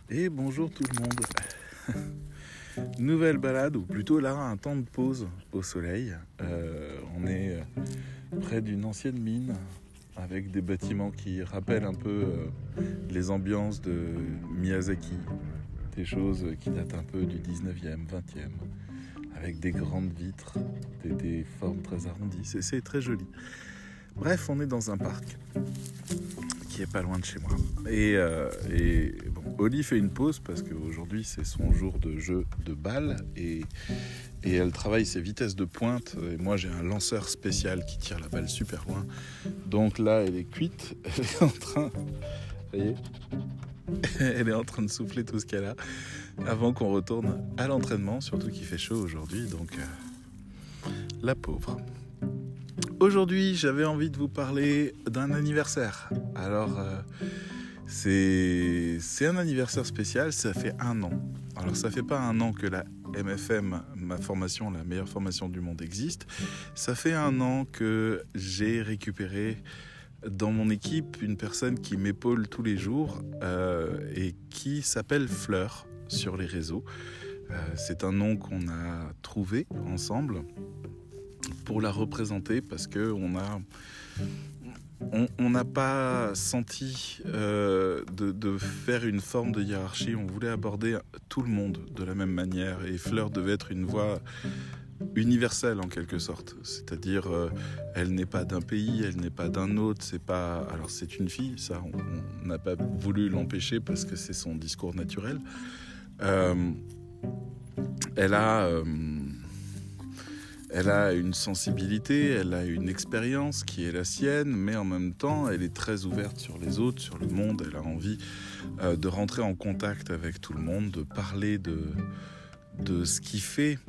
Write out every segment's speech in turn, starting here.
Et bonjour tout le monde. Nouvelle balade, ou plutôt là un temps de pause au soleil. On est près d'une ancienne mine avec des bâtiments qui rappellent un peu les ambiances de Miyazaki. Des choses qui datent un peu du 19e, 20e, avec des grandes vitres, des formes très arrondies. C'est très joli. Bref, on est dans un parc qui est pas loin de chez moi. Et bon, Oli fait une pause parce qu'aujourd'hui c'est son jour de jeu de balle et elle travaille ses vitesses de pointe. Et moi j'ai un lanceur spécial qui tire la balle super loin. Donc là elle est cuite, elle est en train, vous voyez, elle est en train de souffler tout ce qu'elle a avant qu'on retourne à l'entraînement, surtout qu'il fait chaud aujourd'hui. Donc la pauvre. Aujourd'hui, j'avais envie de vous parler d'un anniversaire. Alors, c'est un anniversaire spécial, ça fait 1 an. Alors, ça fait pas 1 an que la MFM, ma formation, la meilleure formation du monde, existe. Ça fait 1 an que j'ai récupéré dans mon équipe une personne qui m'épaule tous les jours et qui s'appelle Fleur sur les réseaux. C'est un nom qu'on a trouvé ensemble pour la représenter parce qu'on n'a pas senti de faire une forme de hiérarchie. On voulait aborder tout le monde de la même manière et Fleur devait être une voix universelle en quelque sorte. C'est-à-dire, elle n'est pas d'un pays, elle n'est pas d'un autre. Alors c'est une fille, ça, on n'a pas voulu l'empêcher parce que c'est son discours naturel. Elle a une sensibilité, elle a une expérience qui est la sienne, mais en même temps, elle est très ouverte sur les autres, sur le monde. Elle a envie de rentrer en contact avec tout le monde, de parler de ce qui fait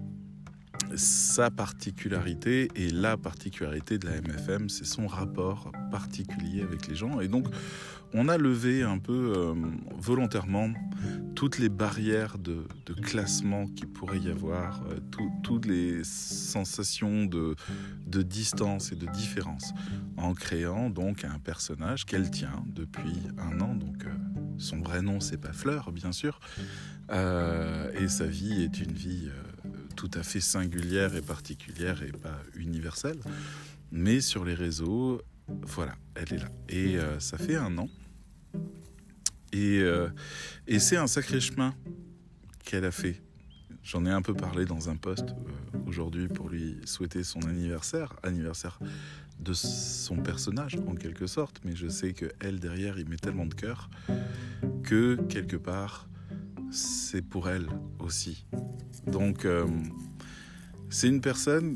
sa particularité. Et la particularité de la MFM, c'est son rapport particulier avec les gens. Et donc, on a levé un peu volontairement toutes les barrières de classement qu'il pourrait y avoir, toutes les sensations de distance et de différence, en créant donc un personnage qu'elle tient depuis 1 an. Donc son vrai nom, c'est pas Fleur, bien sûr, et sa vie est une vie tout à fait singulière et particulière et pas universelle. Mais sur les réseaux, voilà, elle est là. Et ça fait 1 an. Et c'est un sacré chemin qu'elle a fait. J'en ai un peu parlé dans un post aujourd'hui pour lui souhaiter son anniversaire de son personnage en quelque sorte, mais je sais qu'elle derrière il met tellement de cœur que quelque part c'est pour elle aussi. Donc c'est une personne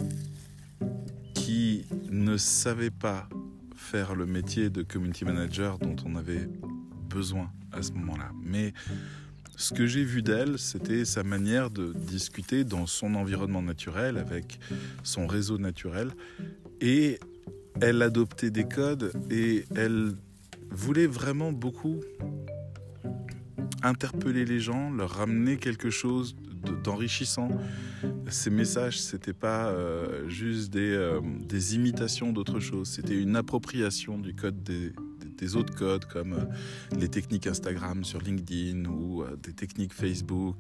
qui ne savait pas faire le métier de community manager dont on avait besoin à ce moment-là. Mais ce que j'ai vu d'elle, c'était sa manière de discuter dans son environnement naturel, avec son réseau naturel. Et elle adoptait des codes et elle voulait vraiment beaucoup interpeller les gens, leur ramener quelque chose d'enrichissant. Ces messages, c'était pas juste des imitations d'autre chose, c'était une appropriation du code des autres codes comme les techniques Instagram sur LinkedIn ou des techniques Facebook.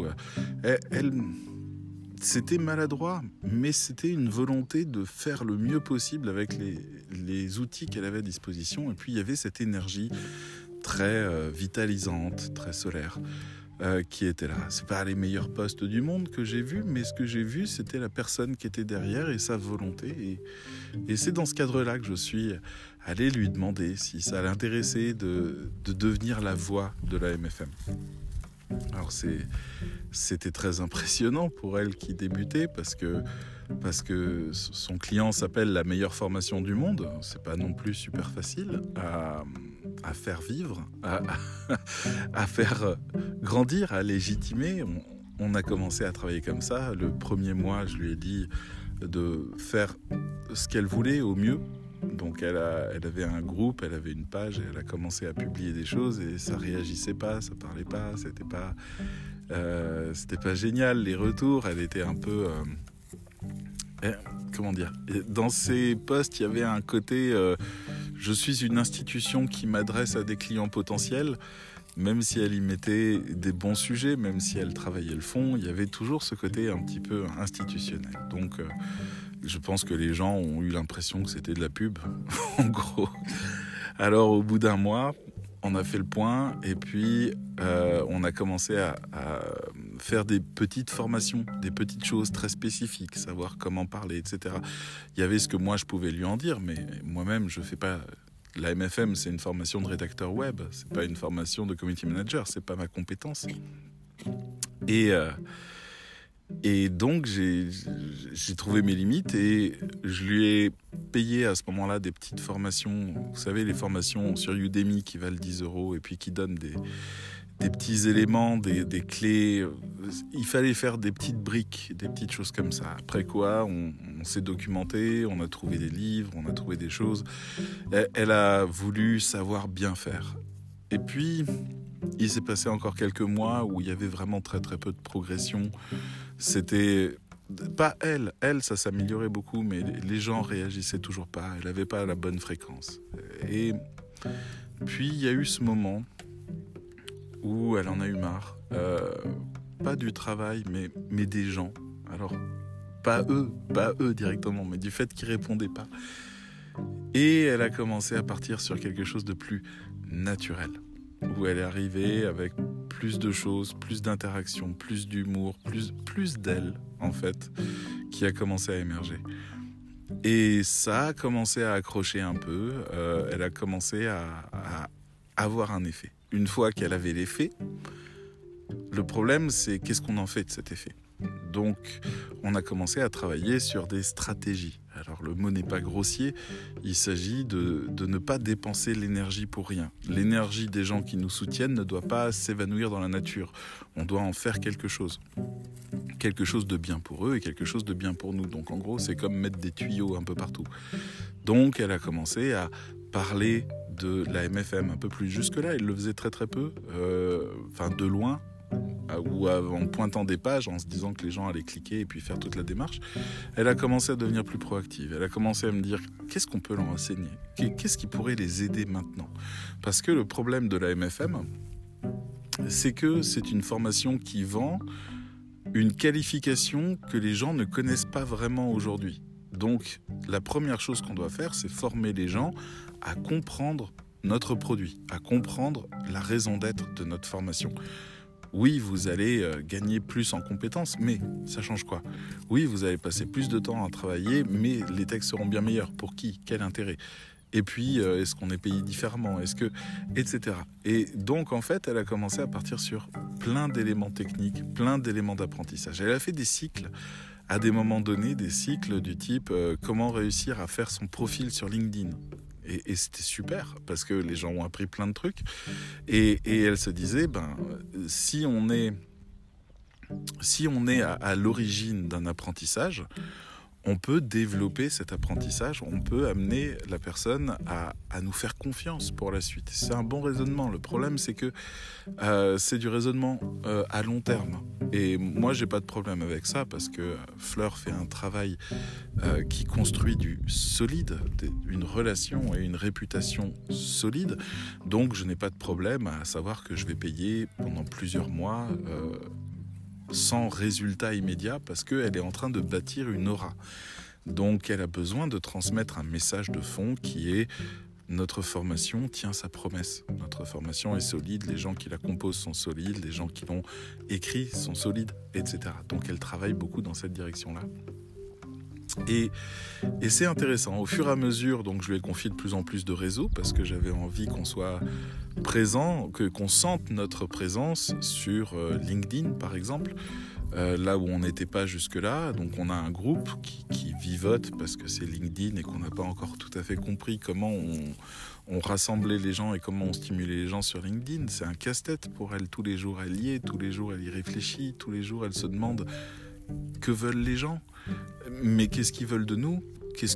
C'était maladroit, mais c'était une volonté de faire le mieux possible avec les outils qu'elle avait à disposition. Et puis il y avait cette énergie très vitalisante, très solaire, qui était là. C'est pas les meilleurs posts du monde que j'ai vus, mais ce que j'ai vu, c'était la personne qui était derrière et sa volonté. Et c'est dans ce cadre-là que je suis allé lui demander si ça l'intéressait de devenir la voix de la MFM. Alors c'était très impressionnant pour elle qui débutait parce que son client s'appelle la meilleure formation du monde. C'est pas non plus super facile à faire vivre, à faire grandir, à légitimer. On a commencé à travailler comme ça. Le premier mois, je lui ai dit de faire ce qu'elle voulait au mieux. Donc elle avait un groupe, elle avait une page et elle a commencé à publier des choses et ça réagissait pas, ça parlait pas, c'était pas génial. Les retours, elle était un peu comment dire, dans ses posts il y avait un côté je suis une institution qui m'adresse à des clients potentiels même si elle y mettait des bons sujets, même si elle travaillait le fond, il y avait toujours ce côté un petit peu institutionnel. Donc je pense que les gens ont eu l'impression que c'était de la pub, en gros. Alors au bout d'un mois, on a fait le point et puis on a commencé à faire des petites formations, des petites choses très spécifiques, savoir comment parler, etc. Il y avait ce que moi je pouvais lui en dire, mais moi-même je fais pas... La MFM, c'est une formation de rédacteur web, c'est pas une formation de community manager, c'est pas ma compétence. Et donc j'ai trouvé mes limites et je lui ai payé à ce moment-là des petites formations. Vous savez, les formations sur Udemy qui valent 10 € et puis qui donnent des petits éléments, des clés. Il fallait faire des petites briques, des petites choses comme ça. Après quoi, on s'est documenté, on a trouvé des livres, on a trouvé des choses. Elle a voulu savoir bien faire. Et puis, il s'est passé encore quelques mois où il y avait vraiment très très peu de progression. C'était pas elle, ça s'améliorait beaucoup, mais les gens réagissaient toujours pas. Elle n'avait pas la bonne fréquence. Et puis, il y a eu ce moment où elle en a eu marre, pas du travail, mais des gens. Alors, pas eux directement, mais du fait qu'ils répondaient pas. Et elle a commencé à partir sur quelque chose de plus naturel, où elle est arrivée avec plus de choses, plus d'interactions, plus d'humour, plus d'elle, en fait, qui a commencé à émerger. Et ça a commencé à accrocher un peu, elle a commencé à avoir un effet. Une fois qu'elle avait l'effet, le problème, c'est qu'est-ce qu'on en fait de cet effet ? Donc, on a commencé à travailler sur des stratégies. Alors, le mot n'est pas grossier, il s'agit de ne pas dépenser l'énergie pour rien. L'énergie des gens qui nous soutiennent ne doit pas s'évanouir dans la nature. On doit en faire quelque chose. Quelque chose de bien pour eux et quelque chose de bien pour nous. Donc, en gros, c'est comme mettre des tuyaux un peu partout. Donc, elle a commencé à parler de la MFM un peu plus. Jusque-là, elle le faisait très très peu, de loin, ou en pointant des pages, en se disant que les gens allaient cliquer et puis faire toute la démarche. Elle a commencé à devenir plus proactive. Elle a commencé à me dire, qu'est-ce qu'on peut leur enseigner ? Qu'est-ce qui pourrait les aider maintenant ? Parce que le problème de la MFM, c'est que c'est une formation qui vend une qualification que les gens ne connaissent pas vraiment aujourd'hui. Donc, la première chose qu'on doit faire, c'est former les gens à comprendre notre produit, à comprendre la raison d'être de notre formation. Oui, vous allez gagner plus en compétences, mais ça change quoi ? Oui, vous allez passer plus de temps à travailler, mais les textes seront bien meilleurs. Pour qui ? Quel intérêt ? Et puis, est-ce qu'on est payé différemment ? Etc. Et donc, en fait, elle a commencé à partir sur plein d'éléments techniques, plein d'éléments d'apprentissage. Elle a fait des cycles, à des moments donnés, des cycles du type comment réussir à faire son profil sur LinkedIn. Et c'était super, parce que les gens ont appris plein de trucs. Et elle se disait, si on est à l'origine d'un apprentissage, on peut développer cet apprentissage, on peut amener la personne à nous faire confiance pour la suite. C'est un bon raisonnement. Le problème, c'est que c'est du raisonnement à long terme. Et moi, j'ai pas de problème avec ça parce que Fleur fait un travail qui construit du solide, une relation et une réputation solide. Donc, je n'ai pas de problème à savoir que je vais payer pendant plusieurs mois sans résultat immédiat parce qu'elle est en train de bâtir une aura. Donc elle a besoin de transmettre un message de fond qui est notre formation tient sa promesse. Notre formation est solide, les gens qui la composent sont solides, les gens qui l'ont écrit sont solides, etc. Donc elle travaille beaucoup dans cette direction-là. Et c'est intéressant. Au fur et à mesure, donc, je lui ai confié de plus en plus de réseaux parce que j'avais envie qu'on soit présent, qu'on sente notre présence sur LinkedIn, par exemple, là où on n'était pas jusque-là. Donc, on a un groupe qui vivote parce que c'est LinkedIn et qu'on n'a pas encore tout à fait compris comment on rassemblait les gens et comment on stimulait les gens sur LinkedIn. C'est un casse-tête pour elle. Tous les jours, elle y est. Tous les jours, elle y réfléchit. Tous les jours, elle se demande que veulent les gens. Mais qu'est-ce qu'ils veulent de nous ?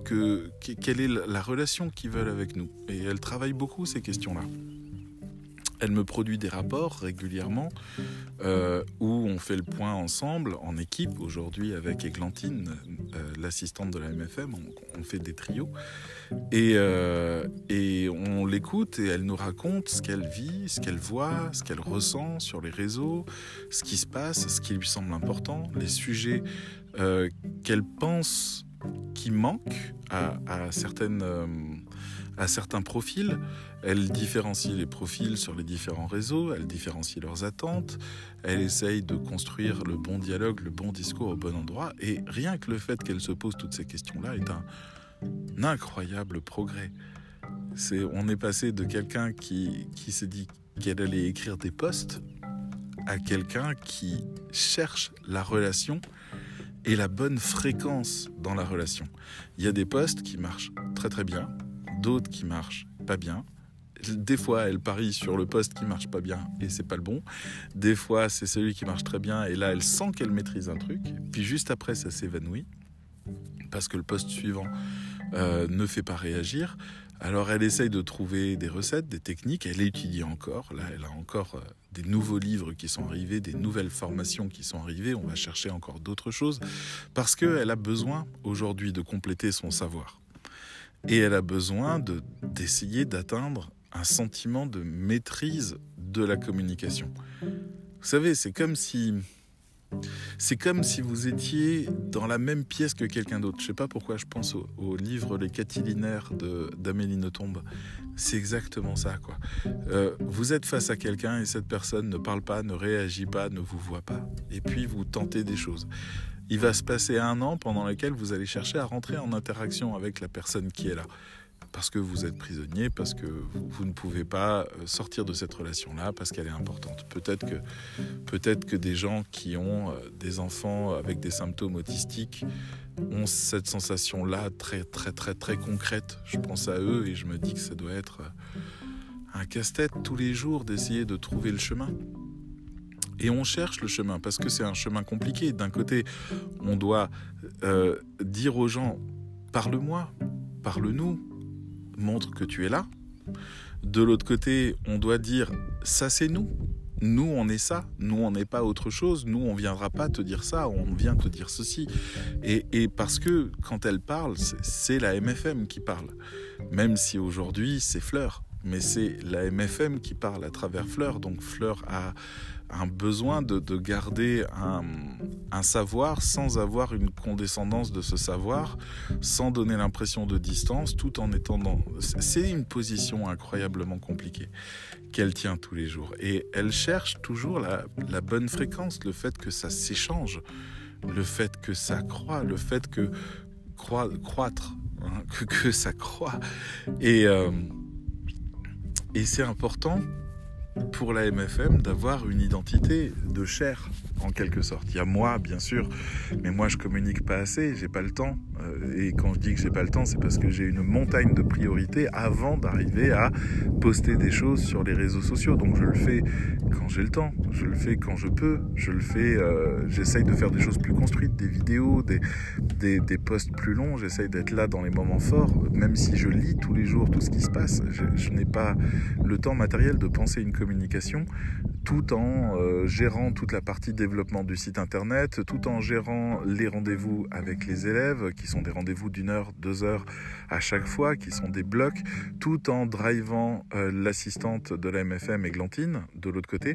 Quelle est la relation qu'ils veulent avec nous ? Et elle travaille beaucoup ces questions-là. Elle me produit des rapports régulièrement où on fait le point ensemble, en équipe, aujourd'hui avec Églantine, l'assistante de la MFM, on fait des trios. Et on l'écoute et elle nous raconte ce qu'elle vit, ce qu'elle voit, ce qu'elle ressent sur les réseaux, ce qui se passe, ce qui lui semble important, les sujets qu'elle pense qui manquent à certains profils. Elle différencie les profils sur les différents réseaux, elle différencie leurs attentes, elle essaye de construire le bon dialogue, le bon discours au bon endroit. Et rien que le fait qu'elle se pose toutes ces questions-là est un incroyable progrès. On est passé de quelqu'un qui s'est dit qu'elle allait écrire des posts à quelqu'un qui cherche la relation et la bonne fréquence dans la relation. Il y a des posts qui marchent très très bien, d'autres qui marchent pas bien. Des fois, elle parie sur le post qui marche pas bien et c'est pas le bon. Des fois, c'est celui qui marche très bien et là, elle sent qu'elle maîtrise un truc. Puis juste après, ça s'évanouit parce que le post suivant ne fait pas réagir. Alors, elle essaye de trouver des recettes, des techniques. Elle étudie encore. Là, elle a encore des nouveaux livres qui sont arrivés, des nouvelles formations qui sont arrivées. On va chercher encore d'autres choses parce qu'elle a besoin aujourd'hui de compléter son savoir. Et elle a besoin d'essayer d'atteindre un sentiment de maîtrise de la communication. Vous savez, c'est comme si vous étiez dans la même pièce que quelqu'un d'autre. Je ne sais pas pourquoi je pense au livre Les Catilinaires d'Amélie Nothomb. C'est exactement ça, quoi. Vous êtes face à quelqu'un et cette personne ne parle pas, ne réagit pas, ne vous voit pas. Et puis vous tentez des choses. Il va se passer 1 an pendant lequel vous allez chercher à rentrer en interaction avec la personne qui est là. Parce que vous êtes prisonnier, parce que vous ne pouvez pas sortir de cette relation-là, parce qu'elle est importante. Peut-être que des gens qui ont des enfants avec des symptômes autistiques ont cette sensation-là très, très, très, très concrète. Je pense à eux et je me dis que ça doit être un casse-tête tous les jours d'essayer de trouver le chemin. Et on cherche le chemin, parce que c'est un chemin compliqué. D'un côté, on doit dire aux gens « parle-moi, parle-nous ». Montre que tu es là. De l'autre côté, on doit dire ça c'est nous. Nous on est ça. Nous on n'est pas autre chose. Nous on viendra pas te dire ça. On vient te dire ceci. Et parce que quand elle parle, c'est la MFM qui parle. Même si aujourd'hui c'est Fleur, mais c'est la MFM qui parle à travers Fleur. Donc Fleur a un besoin de garder un savoir sans avoir une condescendance de ce savoir, sans donner l'impression de distance, tout en étant dans... C'est une position incroyablement compliquée qu'elle tient tous les jours. Et elle cherche toujours la bonne fréquence, le fait que ça s'échange, le fait que ça croît, le fait que croître, hein, que ça croît. Et c'est important pour la MFM d'avoir une identité de chair en quelque sorte. Il y a moi bien sûr, mais moi je communique pas assez, j'ai pas le temps. Et quand je dis que j'ai pas le temps, c'est parce que j'ai une montagne de priorités avant d'arriver à poster des choses sur les réseaux sociaux. Donc je le fais quand j'ai le temps, je le fais quand je peux, je le fais, j'essaye de faire des choses plus construites, des vidéos, des posts plus longs, j'essaye d'être là dans les moments forts, même si je lis tous les jours tout ce qui se passe, je n'ai pas le temps matériel de penser une communication, tout en gérant toute la partie développement du site internet, tout en gérant les rendez-vous avec les élèves, qui sont des rendez-vous d'1 heure, 2 heures à chaque fois, qui sont des blocs, tout en drivant l'assistante de la MFM, Églantine, de l'autre côté.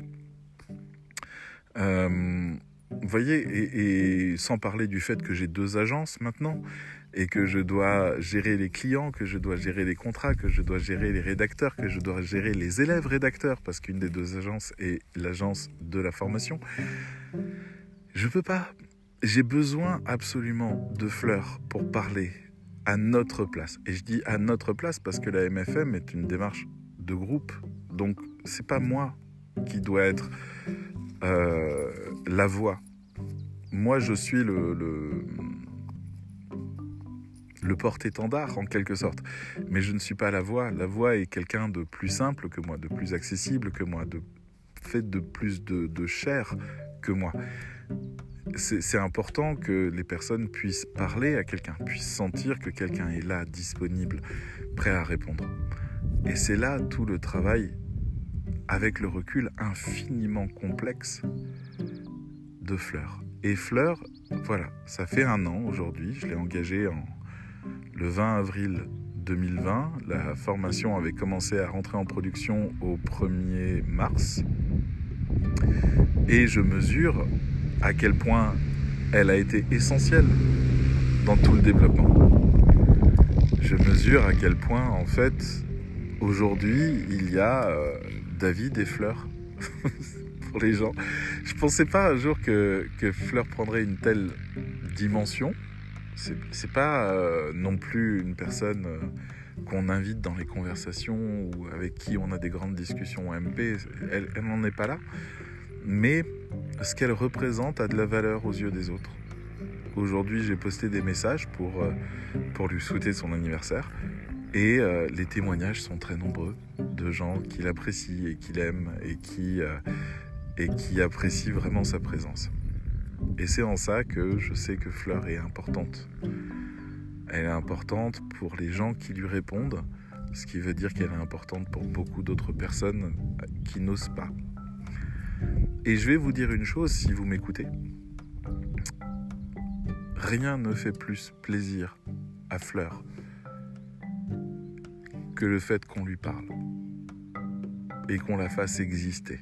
Vous voyez, et sans parler du fait que j'ai 2 agences maintenant, et que je dois gérer les clients, que je dois gérer les contrats, que je dois gérer les rédacteurs, que je dois gérer les élèves rédacteurs, parce qu'une des 2 agences est l'agence de la formation. Je peux pas. J'ai besoin absolument de Fleur pour parler à notre place. Et je dis à notre place parce que la MFM est une démarche de groupe. Donc, c'est pas moi qui dois être la voix. Moi, je suis le porte-étendard en quelque sorte, mais je ne suis pas la voix. La voix est quelqu'un de plus simple que moi, de plus accessible que moi, fait de plus de chair que moi. C'est important que les personnes puissent parler à quelqu'un, puissent sentir que quelqu'un est là, disponible, prêt à répondre. Et c'est là tout le travail avec le recul infiniment complexe de Fleur. Et Fleur, voilà, ça fait 1 an aujourd'hui, je l'ai engagée le 20 avril 2020. La formation avait commencé à rentrer en production au 1er mars. Et je mesure à quel point elle a été essentielle dans tout le développement. Je mesure à quel point, en fait, aujourd'hui, il y a David et Fleur pour les gens. Je ne pensais pas un jour que Fleur prendrait une telle dimension. C'est pas non plus une personne qu'on invite dans les conversations ou avec qui on a des grandes discussions MP. Elle n'en est pas là. Mais ce qu'elle représente a de la valeur aux yeux des autres. Aujourd'hui, j'ai posté des messages pour lui souhaiter son anniversaire. Et les témoignages sont très nombreux de gens qui l'apprécient et qui l'aiment et qui apprécient vraiment sa présence. Et c'est en ça que je sais que Fleur est importante. Elle est importante pour les gens qui lui répondent, ce qui veut dire qu'elle est importante pour beaucoup d'autres personnes qui n'osent pas. Et je vais vous dire une chose si vous m'écoutez. Rien ne fait plus plaisir à Fleur que le fait qu'on lui parle et qu'on la fasse exister.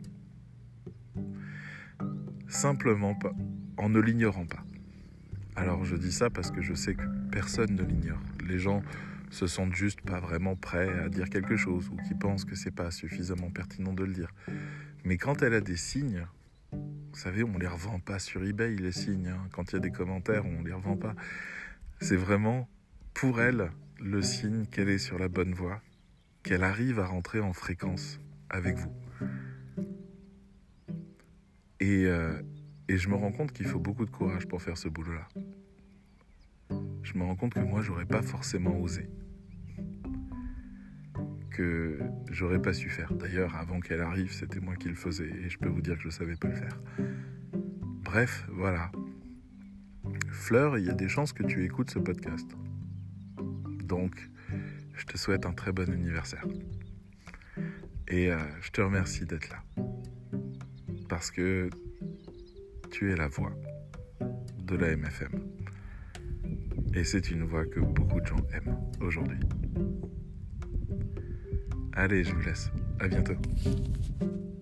Simplement pas, en ne l'ignorant pas. Alors je dis ça parce que je sais que personne ne l'ignore. Les gens se sentent juste pas vraiment prêts à dire quelque chose ou qui pensent que c'est pas suffisamment pertinent de le dire. Mais quand elle a des signes, vous savez, on les revend pas sur eBay les signes. Quand il y a des commentaires, on les revend pas. C'est vraiment pour elle le signe qu'elle est sur la bonne voie, qu'elle arrive à rentrer en fréquence avec vous. Et je me rends compte qu'il faut beaucoup de courage pour faire ce boulot-là. Je me rends compte que moi, j'aurais pas forcément osé. Que j'aurais pas su faire. D'ailleurs, avant qu'elle arrive, c'était moi qui le faisais et je peux vous dire que je savais pas le faire. Bref, voilà. Fleur, il y a des chances que tu écoutes ce podcast. Donc, je te souhaite un très bon anniversaire. Et je te remercie d'être là. Parce que tu es la voix de la MFM. Et c'est une voix que beaucoup de gens aiment aujourd'hui. Allez, je vous laisse. À bientôt.